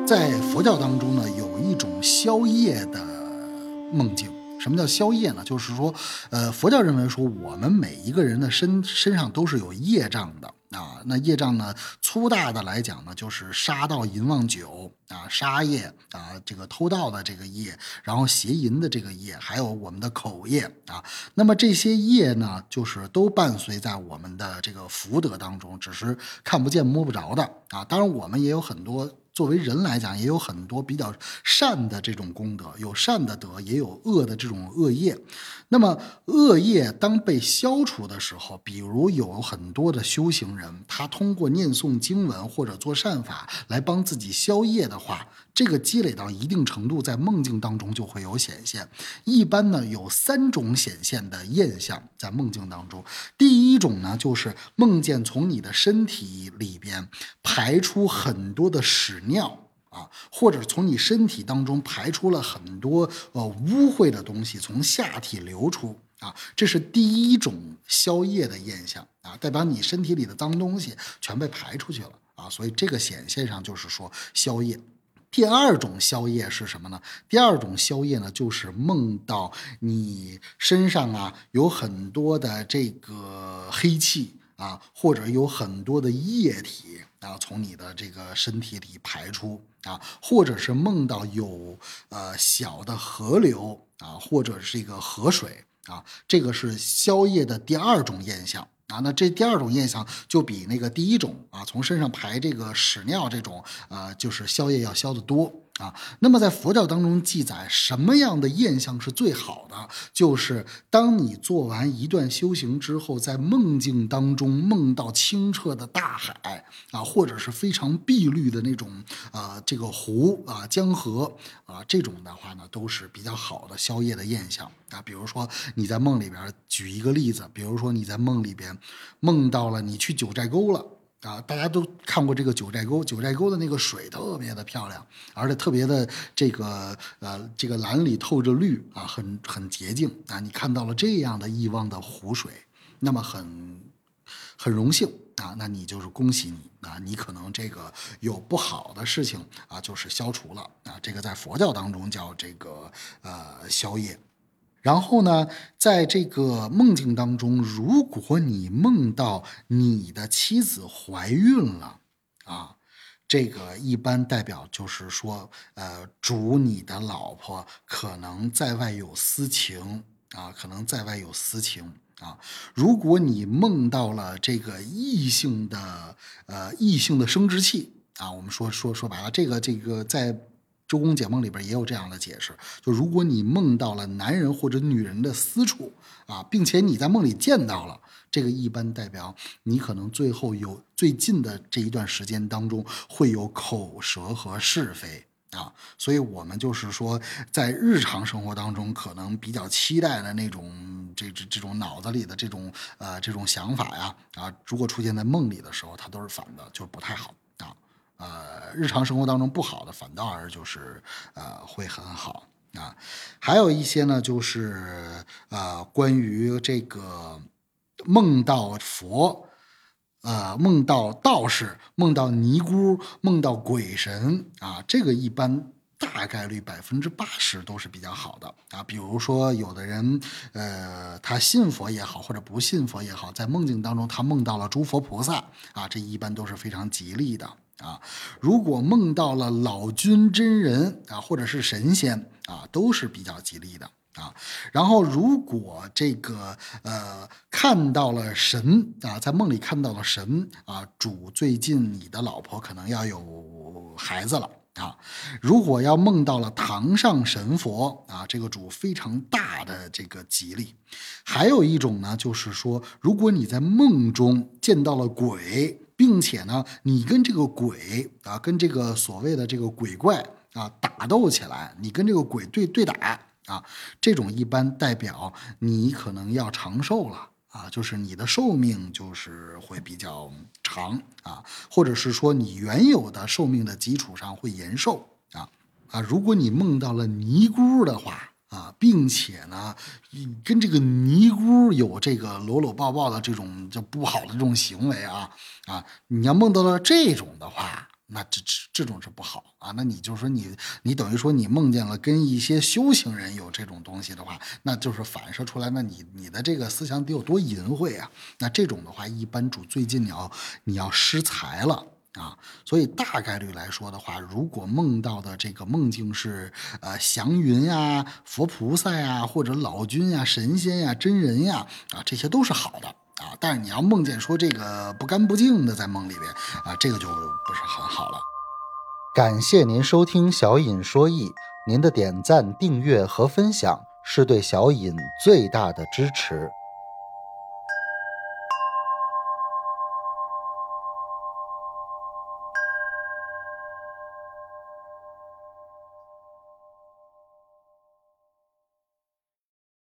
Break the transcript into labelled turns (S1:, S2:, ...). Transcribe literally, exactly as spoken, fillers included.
S1: 在佛教当中呢，有一种宵夜的梦境。什么叫宵夜呢？就是说，呃，佛教认为说，我们每一个人的身身上都是有业障的啊。那业障呢，粗大的来讲呢，就是杀盗淫妄酒啊，杀业啊，这个偷盗的这个业，然后邪淫的这个业，还有我们的口业啊。那么这些业呢，就是都伴随在我们的这个福德当中，只是看不见摸不着的啊。当然，我们也有很多。作为人来讲，也有很多比较善的这种功德，有善的德，也有恶的这种恶业。那么恶业当被消除的时候，比如有很多的修行人，他通过念诵经文或者做善法来帮自己消业的话，这个积累到一定程度，在梦境当中就会有显现。一般呢，有三种显现的现象在梦境当中。第一种呢，就是梦见从你的身体里边排出很多的屎尿啊，或者从你身体当中排出了很多呃污秽的东西从下体流出啊，这是第一种消业的现象啊，代表你身体里的脏东西全被排出去了啊，所以这个显现上就是说消业。第二种宵夜是什么呢？第二种宵夜呢，就是梦到你身上啊有很多的这个黑气啊，或者有很多的液体啊从你的这个身体里排出啊，或者是梦到有呃小的河流啊，或者是一个河水啊，这个是宵夜的第二种现象。啊，那这第二种现象就比那个第一种啊，从身上排这个屎尿这种，呃，就是宵夜要消得多啊。那么在佛教当中记载，什么样的现象是最好的？就是当你做完一段修行之后，在梦境当中梦到清澈的大海啊，或者是非常碧绿的那种啊、呃，这个湖啊、江河啊，这种的话呢，都是比较好的宵夜的现象啊。比如说你在梦里边举一个例子，比如说你在梦里边梦到了你去九寨沟了。啊，大家都看过这个九寨沟，九寨沟的那个水特别的漂亮，而且特别的这个呃这个蓝里透着绿啊，很很洁净啊。你看到了这样的一汪的湖水，那么很很荣幸啊，那你就是恭喜你啊，你可能这个有不好的事情啊，就是消除了啊。这个在佛教当中叫这个呃消业。然后呢，在这个梦境当中，如果你梦到你的妻子怀孕了啊，这个一般代表就是说，呃，主你的老婆可能在外有私情啊，可能在外有私情啊。如果你梦到了这个异性的呃异性的生殖器啊，我们说说说白了，这个这个在周公解梦里边也有这样的解释，就如果你梦到了男人或者女人的私处啊，并且你在梦里见到了，这个一般代表你可能最后有最近的这一段时间当中会有口舌和是非啊，所以我们就是说，在日常生活当中可能比较期待的那种这这这种脑子里的这种呃这种想法呀啊，如果出现在梦里的时候，它都是反的，就不太好啊。呃，日常生活当中不好的，反倒而就是呃会很好啊。还有一些呢，就是呃关于这个梦到佛。呃，梦到道士，梦到尼姑，梦到鬼神啊，这个一般大概率百分之八十都是比较好的啊。比如说，有的人呃，他信佛也好，或者不信佛也好，在梦境当中他梦到了诸佛菩萨啊，这一般都是非常吉利的。啊，如果梦到了老君真人啊，或者是神仙啊，都是比较吉利的啊。然后如果这个呃看到了神啊，在梦里看到了神啊，主最近你的老婆可能要有孩子了。啊，如果要梦到了堂上神佛啊，这个主非常大的这个吉利。还有一种呢，就是说，如果你在梦中见到了鬼，并且呢，你跟这个鬼啊，跟这个所谓的这个鬼怪啊打斗起来，你跟这个鬼对对打啊，这种一般代表你可能要长寿了。啊，就是你的寿命就是会比较长啊，或者是说你原有的寿命的基础上会延寿啊啊，如果你梦到了尼姑的话啊，并且呢跟这个尼姑有这个搂搂抱抱的这种就不好的这种行为啊啊，你要梦到了这种的话， 那这这这种是不好啊。那你就说你你等于说你梦见了跟一些修行人有这种东西的话，那就是反射出来，那你你的这个思想得有多淫秽啊？那这种的话，一般主最近你要你要失财了。啊，所以大概率来说的话，如果梦到的这个梦境是呃祥云呀、佛菩萨呀，或者老君呀、神仙呀、真人呀，啊，这些都是好的啊。但是你要梦见说这个不干不净的在梦里边啊，这个就不是很好了。感谢您收听小尹说艺，您的点赞、订阅和分享是对小尹最大的支持。